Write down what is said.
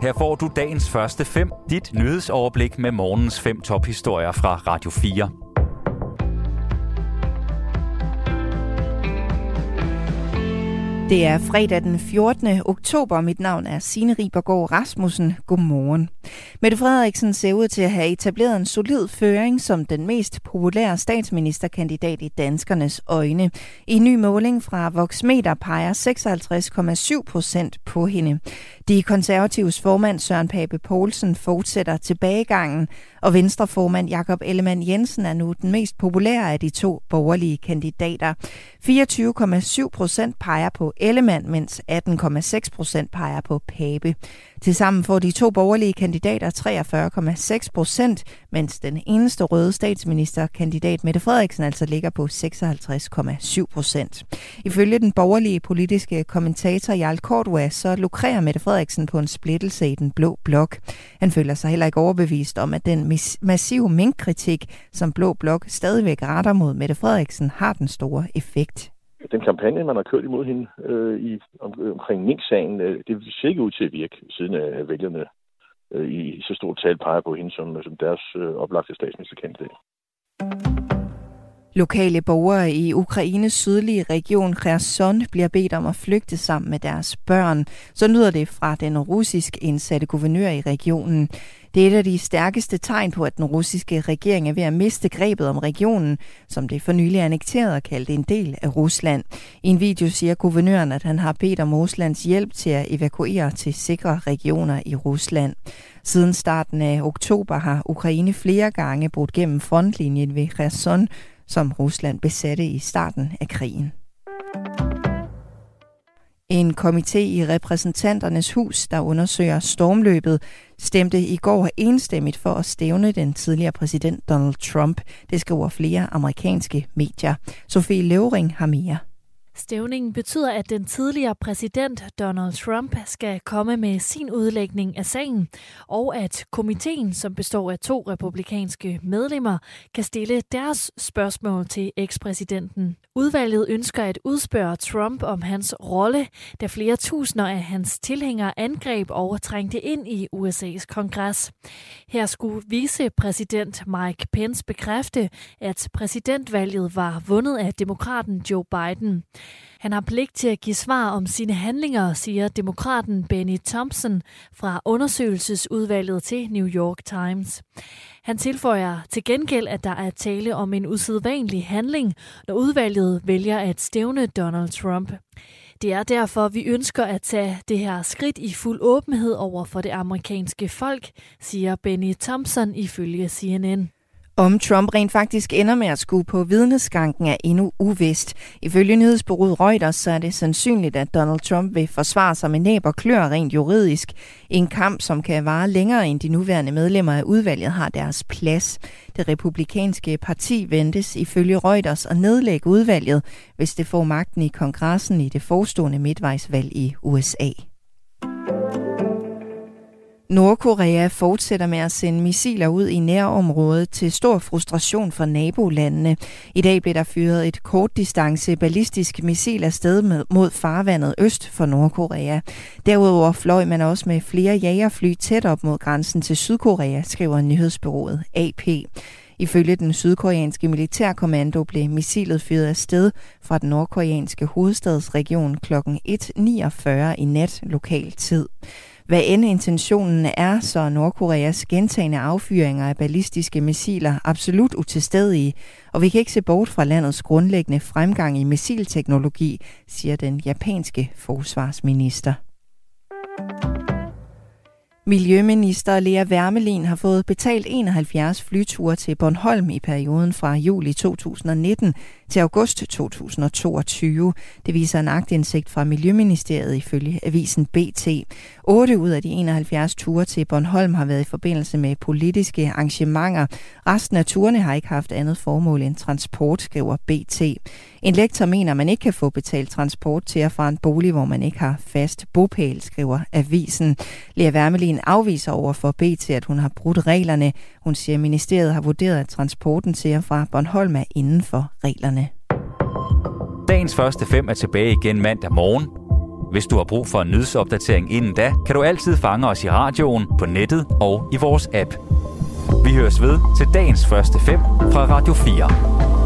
Her får du dagens første 5, dit nyhedsoverblik med morgens 5 tophistorier fra Radio 4. Det er fredag den 14. oktober. Mit navn er Signe Ribergaard Rasmussen. Godmorgen. Mette Frederiksen ser ud til at have etableret en solid føring som den mest populære statsministerkandidat i danskernes øjne. I en ny måling fra Voxmeter peger 56,7% på hende. De konservatives formand Søren Pape Poulsen fortsætter tilbagegangen, og Venstreformand Jakob Ellemann-Jensen er nu den mest populære af de to borgerlige kandidater. 24,7% peger på Ellemann, mens 18,6% peger på Pape. Tilsammen får de to borgerlige kandidater 43,6%, mens den eneste røde statsministerkandidat Mette Frederiksen altså ligger på 56,7%. Ifølge den borgerlige politiske kommentator Jarl Cordua, så lukrerer Mette Frederiksen på en splittelse i den blå blok. Han føler sig heller ikke overbevist om, at den massive minkkritik, som blå blok stadigvæk retter mod Mette Frederiksen, har den store effekt. Den kampagne, man har kørt imod hende omkring Mink-sagen, det ser ikke ud til at virke, siden af vælgerne i så stort tal peger på hende som deres oplagte statsministerkandidat. Lokale borgere i Ukraines sydlige region Kherson bliver bedt om at flygte sammen med deres børn. Så lyder det fra den russisk indsatte guvernør i regionen. Det er et af de stærkeste tegn på, at den russiske regering er ved at miste grebet om regionen, som det for nylig annekterede og kaldte en del af Rusland. I en video siger guvernøren, at han har bedt om Ruslands hjælp til at evakuere til sikre regioner i Rusland. Siden starten af oktober har Ukraine flere gange brudt gennem frontlinjen ved Kherson, som Rusland besatte i starten af krigen. En komité i repræsentanternes hus, der undersøger stormløbet, stemte i går enstemmigt for at stævne den tidligere præsident Donald Trump. Det skriver flere amerikanske medier. Sofie Løvring har mere. Stævningen betyder, at den tidligere præsident Donald Trump skal komme med sin udlægning af sagen, og at komiteen, som består af 2 republikanske medlemmer, kan stille deres spørgsmål til ekspræsidenten. Udvalget ønsker at udspørge Trump om hans rolle, da flere tusinder af hans tilhængere angreb og trængte ind i USA's kongres. Her skulle vicepræsident Mike Pence bekræfte, at præsidentvalget var vundet af demokraten Joe Biden. Han har pligt til at give svar om sine handlinger, siger demokraten Benny Thompson fra undersøgelsesudvalget til New York Times. Han tilføjer til gengæld, at der er tale om en usædvanlig handling, når udvalget vælger at stævne Donald Trump. Det er derfor, vi ønsker at tage det her skridt i fuld åbenhed over for det amerikanske folk, siger Benny Thompson ifølge CNN. Om Trump rent faktisk ender med at skue på vidnesskranken er endnu uvist. Ifølge nyhedsbureauet Reuters så er det sandsynligt, at Donald Trump vil forsvare sig med næb og klør rent juridisk. En kamp, som kan vare længere end de nuværende medlemmer af udvalget har deres plads. Det republikanske parti ventes ifølge Reuters at nedlægge udvalget, hvis det får magten i kongressen i det forestående midtvejsvalg i USA. Nordkorea fortsætter med at sende missiler ud i nærområdet til stor frustration for nabolandene. I dag blev der fyret et kortdistance ballistisk missil afsted mod farvandet øst for Nordkorea. Derudover fløj man også med flere jagerfly tæt op mod grænsen til Sydkorea, skriver nyhedsbureauet AP. Ifølge den sydkoreanske militærkommando blev missilet fyret afsted fra den nordkoreanske hovedstadsregion kl. 1:49 i nat lokal tid. Hvad end intentionen er, så er Nordkoreas gentagne affyringer af ballistiske missiler absolut utilstedige, og vi kan ikke se bort fra landets grundlæggende fremgang i missilteknologi, siger den japanske forsvarsminister. Miljøminister Lea Wermelin har fået betalt 71 flyture til Bornholm i perioden fra juli 2019 til august 2022. Det viser en aktindsigt fra Miljøministeriet ifølge avisen BT. 8 ud af de 71 ture til Bornholm har været i forbindelse med politiske arrangementer. Resten af turene har ikke haft andet formål end transport, skriver BT. En lektor mener, man ikke kan få betalt transport til og fra en bolig, hvor man ikke har fast bopæl, skriver avisen. Lea Wermelin afviser over for BT, at hun har brudt reglerne. Hun siger, at ministeriet har vurderet, at transporten til og fra Bornholm er inden for reglerne. Dagens første 5 er tilbage igen mandag morgen. Hvis du har brug for en nyhedsopdatering inden da, kan du altid fange os i radioen, på nettet og i vores app. Vi høres ved til dagens første 5 fra Radio 4.